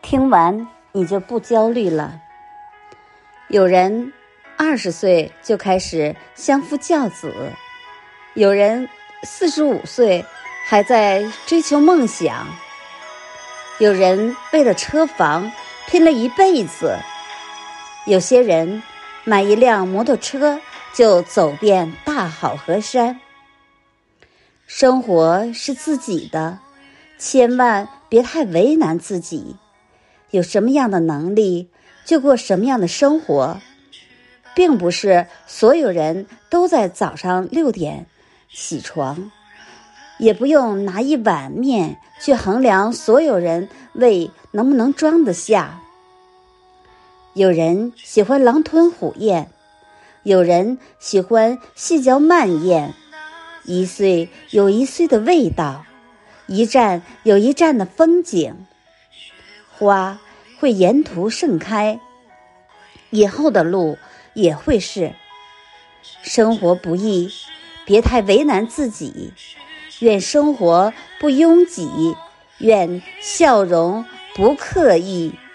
听完你就不焦虑了。有人20岁就开始相夫教子，有人45岁还在追求梦想，有人为了车房拼了一辈子，有些人买一辆摩托车就走遍大好河山。生活是自己的，千万别太为难自己，有什么样的能力就过什么样的生活，并不是所有人都在早上6点起床，也不用拿一碗面去衡量所有人胃能不能装得下。有人喜欢狼吞虎咽，有人喜欢细嚼慢咽，一岁有一岁的味道，一站有一站的风景。花会沿途盛开，以后的路也会是。生活不易，别太为难自己，愿生活不拥挤，愿笑容不刻意。